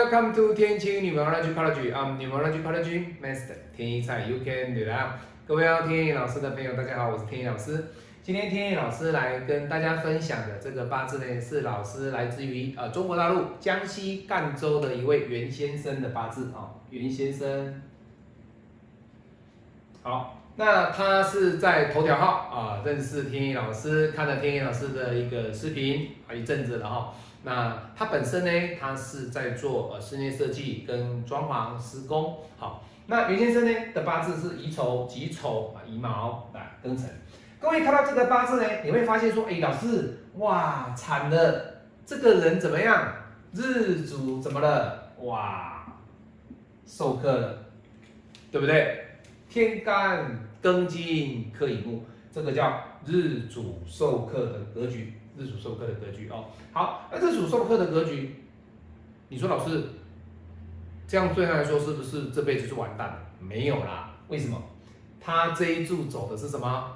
Welcome to 天晴 Numerology College. I'm Numerology College Master 天一菜 You Can Do That. 各位要天一老师的朋友，大家好，我是天一老师。今天天一老师来跟大家分享的这个八字呢，是老师来自于中国大陆江西赣州的一位袁先生的八字啊，袁先生。好，那他是在头条号啊认识天一老师，看了天一老师的一个视频一阵子了哈。那他本身呢，他是在做室内设计跟装潢施工。好，那袁先生呢的八字是乙丑、己丑乙卯庚辰。各位看到这个八字呢，你会发现说，老师，哇，惨了，这个人怎么样？日主怎么了？哇，受克了，对不对？天干庚金克乙木，这个叫日主受克的格局。日主受克的格局哦，好，那日主受克的格局，你说老师这样对他来说是不是这辈子就完蛋了？没有啦，为什么？他这一柱走的是什么？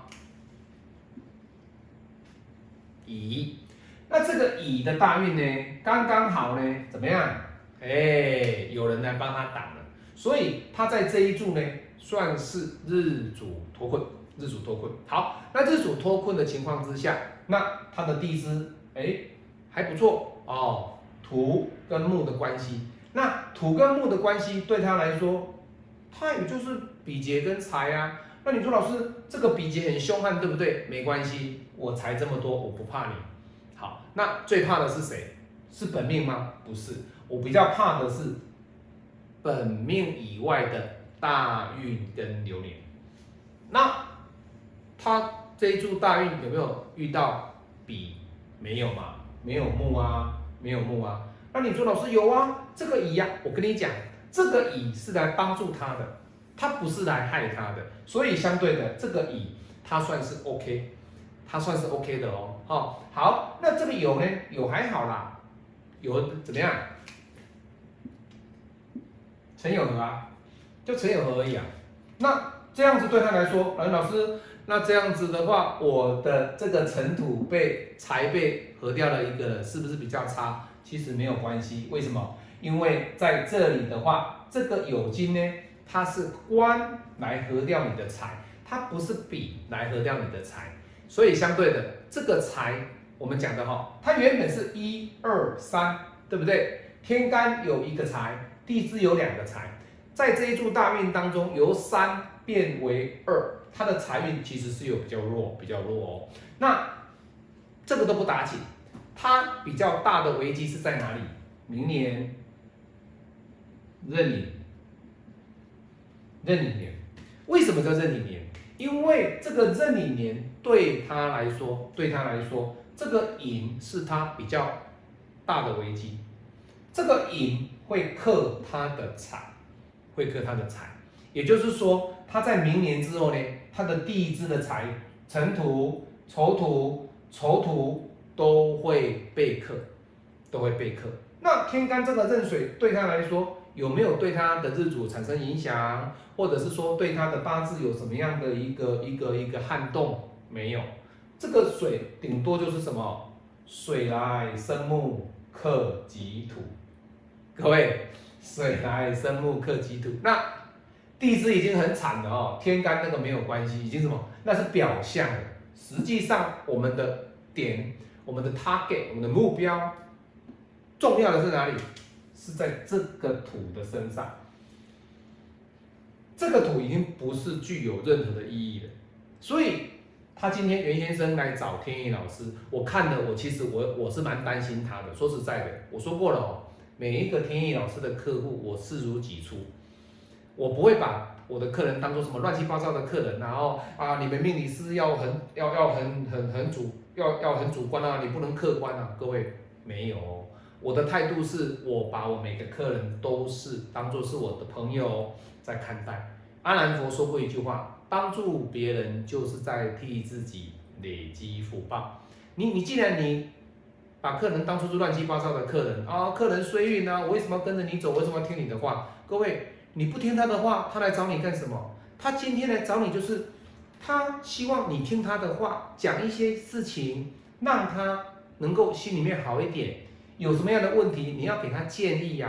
乙，那这个乙的大运呢，刚刚好呢，怎么样？有人来帮他挡了，所以他在这一柱呢，算是日主脱困。日主脱困，好，那日主脱困的情况之下，那他的地支还不错哦，土跟木的关系，那土跟木的关系对他来说，他也就是比劫跟财啊。那你说老师这个比劫很凶悍，对不对？没关系，我财这么多，我不怕你。好，那最怕的是谁？是本命吗？不是，我比较怕的是本命以外的大运跟流年。那他这一柱大运有没有遇到比？没有嘛，没有木啊，没有木啊。那你说老师有啊，这个乙啊，我跟你讲，这个乙是来帮助他的，他不是来害他的，所以相对的这个乙他算是 OK， 他算是 OK 的哦。好，那这个酉呢？酉还好啦，酉怎么样？辰酉合啊，就辰酉合而已啊。那这样子对他来说，老师。那这样子的话，我的这个尘土财被合掉了一个了，是不是比较差？其实没有关系，为什么？因为在这里的话，这个酉金呢，它是官来合掉你的财，它不是比来合掉你的财，所以相对的这个财，我们讲的它原本是1、2、3，对不对？天干有一个财，地支有2个财，在这一柱大运当中，由3变为2。他的财运其实是有比较弱哦，那这个都不打紧，他比较大的危机是在哪里？明年壬寅年，为什么叫壬寅年？因为这个壬寅年对他来说，这个寅是他比较大的危机，这个寅会克他的财，也就是说，他在明年之后呢，他的地支的财、辰土、丑土都会被克，那天干这个壬水对他来说，有没有对他的日主产生影响，或者是说对他的八字有什么样的一个撼动？没有，这个水顶多就是什么？水来生木克己土，各位，水来生木克己土，那地支已经很惨了哦，天干那个没有关系，已经什么？那是表象了。实际上，我们的点、我们的 target、我们的目标，重要的是哪里？是在这个土的身上。这个土已经不是具有任何的意义了。所以，他今天袁先生来找天一老师，我看了，我其实我是蛮担心他的。说实在的，我说过了哦，每一个天一老师的客户，我视如己出。我不会把我的客人当做什么乱七八糟的客人，然后你们命理师要很主观啊，你不能客观啊，各位没有哦，我的态度是我把我每个客人都是当做是我的朋友在看待。阿难佛说过一句话，帮助别人就是在替自己累积福报。你既然你把客人当作是乱七八糟的客人客人衰运啊，我为什么要跟着你走？为什么要听你的话？各位。你不听他的话，他来找你干什么？他今天来找你，就是他希望你听他的话，讲一些事情，让他能够心里面好一点。有什么样的问题，你要给他建议呀。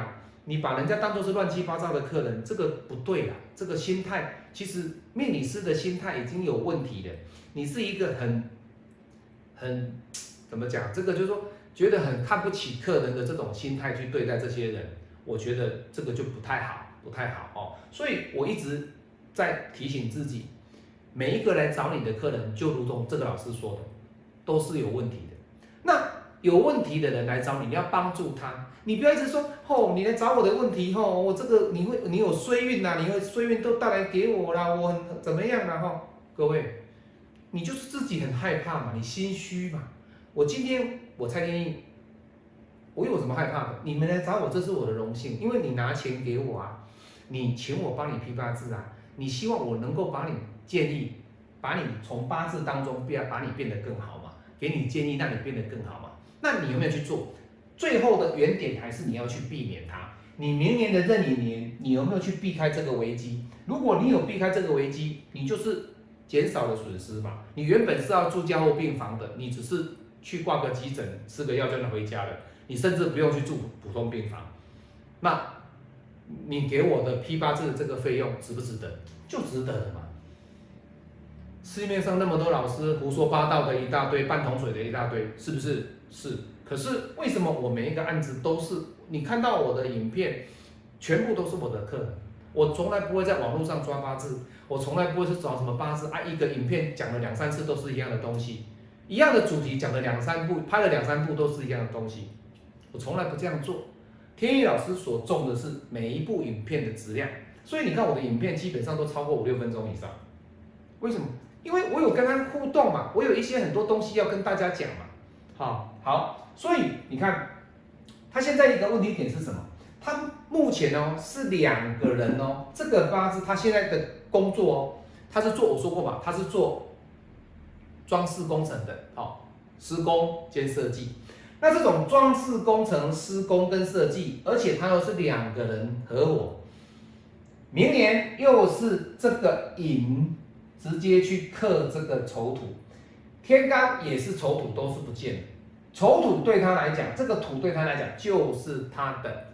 你把人家当作是乱七八糟的客人，这个不对啦。这个心态，其实命理师的心态已经有问题了。你是一个很怎么讲？这个就是说，觉得很看不起客人的这种心态去对待这些人，我觉得这个就不太好，不太好哦。所以我一直在提醒自己，每一个来找你的客人，就如同这个老师说的，都是有问题的。那有问题的人来找你，你要帮助他，你不要一直说你来找我的问题我这个你有衰运呐，你会衰运都带来给我啦，我很怎么样啦各位，你就是自己很害怕嘛，你心虚嘛。我今天我蔡天意，我有什么害怕的？你们来找我，这是我的荣幸，因为你拿钱给我啊，你请我帮你批八字啊，你希望我能够把你建议，把你从八字当中把你变得更好嘛，给你建议让你变得更好嘛。那你有没有去做？最后的原点还是你要去避免它。你明年的壬寅年，你有没有去避开这个危机？如果你有避开这个危机，你就是减少了损失嘛。你原本是要住加护病房的，你只是去挂个急诊，吃个药就能回家了。你甚至不用去住普通病房。那你给我的批八字这个费用值不值得？就值得的嘛。市面上那么多老师胡说八道的一大堆，半桶水的一大堆，是不是？是。可是为什么我每一个案子都是你看到我的影片，全部都是我的客人，我从来不会在网络上抓八字，我从来不会去找什么八字一个影片讲了2、3次都是一样的东西，一样的主题讲了2、3部，拍了2、3部都是一样的东西，我从来不这样做。天意老师所重的是每一部影片的质量，所以你看我的影片基本上都超过5、6分钟以上。为什么？因为我有跟他互动嘛，我有一些很多东西要跟大家讲嘛。好，所以你看，他现在一个问题点是什么？他目前是2个人这个八字他现在的工作他是做我说过嘛，他是做装饰工程的施工兼设计。那这种装饰工程、施工跟设计，而且他又是2个人合伙，明年又是这个寅直接去克这个丑土，天干也是丑土，都是不见的。丑土对他来讲，这个土对他来讲就是他的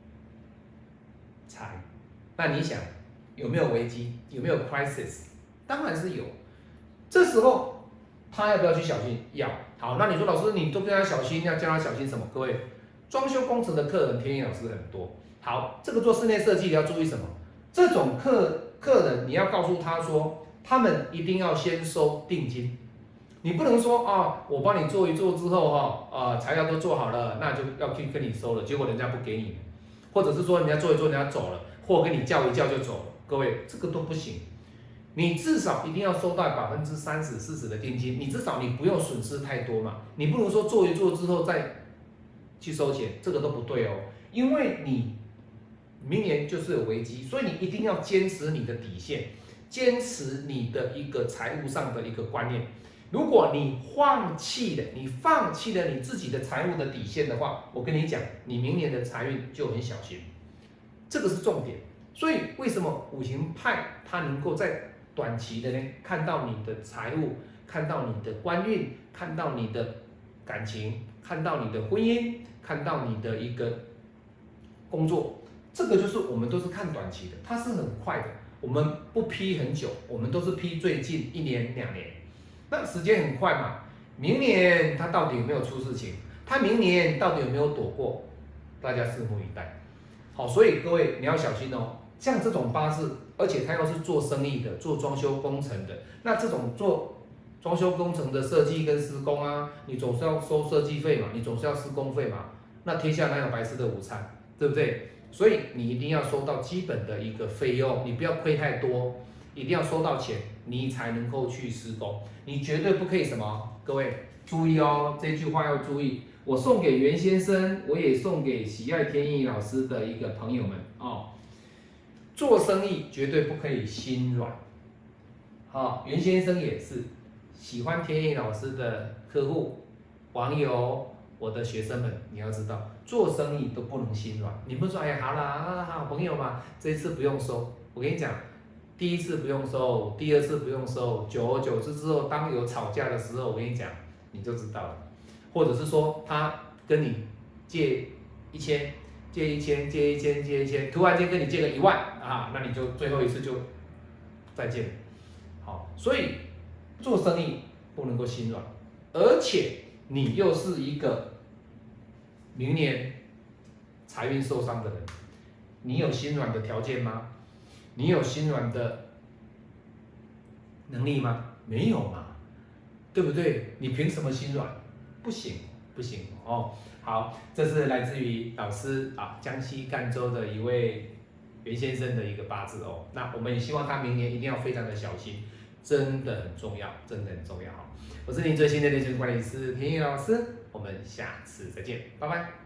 财。那你想有没有危机？有没有 crisis？ 当然是有。这时候他要不要去小心？要。好，那你说老师，你都跟他小心，要叫他小心什么？各位，装修工程的客人，天意老师很多。好，这个做室内设计的要注意什么？这种客人你要告诉他说，他们一定要先收定金。你不能说我帮你做一做之后材料都做好了，那就要去跟你收了，结果人家不给你，或者是说人家做一做人家走了，或跟你叫一叫就走了，各位这个都不行。你至少一定要收到30%、40%的定金，你至少你不用损失太多嘛，你不能说做一做之后再去收钱，这个都不对因为你明年就是有危机，所以你一定要坚持你的底线，坚持你的一个财务上的一个观念。如果你放弃了你自己的财务的底线的话，我跟你讲，你明年的财运就很小心，这个是重点。所以为什么五行派它能够在短期的呢，看到你的财务，看到你的官运，看到你的感情，看到你的婚姻，看到你的一个工作，这个就是我们都是看短期的，它是很快的，我们不批很久，我们都是批最近1年、2年。那时间很快嘛，明年他到底有没有出事情？他明年到底有没有躲过？大家拭目以待。好，所以各位你要小心像这种八字，而且他又是做生意的，做装修工程的，那这种做装修工程的设计跟施工你总是要收设计费嘛，你总是要施工费嘛。那天下哪有白吃的午餐，对不对？所以你一定要收到基本的一个费用，你不要亏太多，一定要收到钱，你才能够去施工。你绝对不可以什么？各位注意这句话要注意。我送给袁先生，我也送给喜爱天意老师的一个朋友们做生意绝对不可以心软。袁先生也是喜欢天意老师的客户、网友、我的学生们，你要知道，做生意都不能心软。你不说哎呀好啦，好朋友嘛，这一次不用收。我跟你讲，第一次不用收，第2次不用收，久而久之之后，当有吵架的时候，我跟你讲，你就知道了。或者是说他跟你借1000， 借1000，借1000，借1000，突然间跟你借个1万啊，那你就最后一次就再见了。好，所以做生意不能够心软，而且你又是一个明年财运受伤的人，你有心软的条件吗？你有心软的能力吗？没有嘛，对不对？你凭什么心软？不行，不行哦。好，这是来自于老师啊，江西赣州的一位袁先生的一个八字哦。那我们也希望他明年一定要非常的小心，真的很重要，真的很重要。我是您最新的人生管理师田野老师，我们下次再见，拜拜。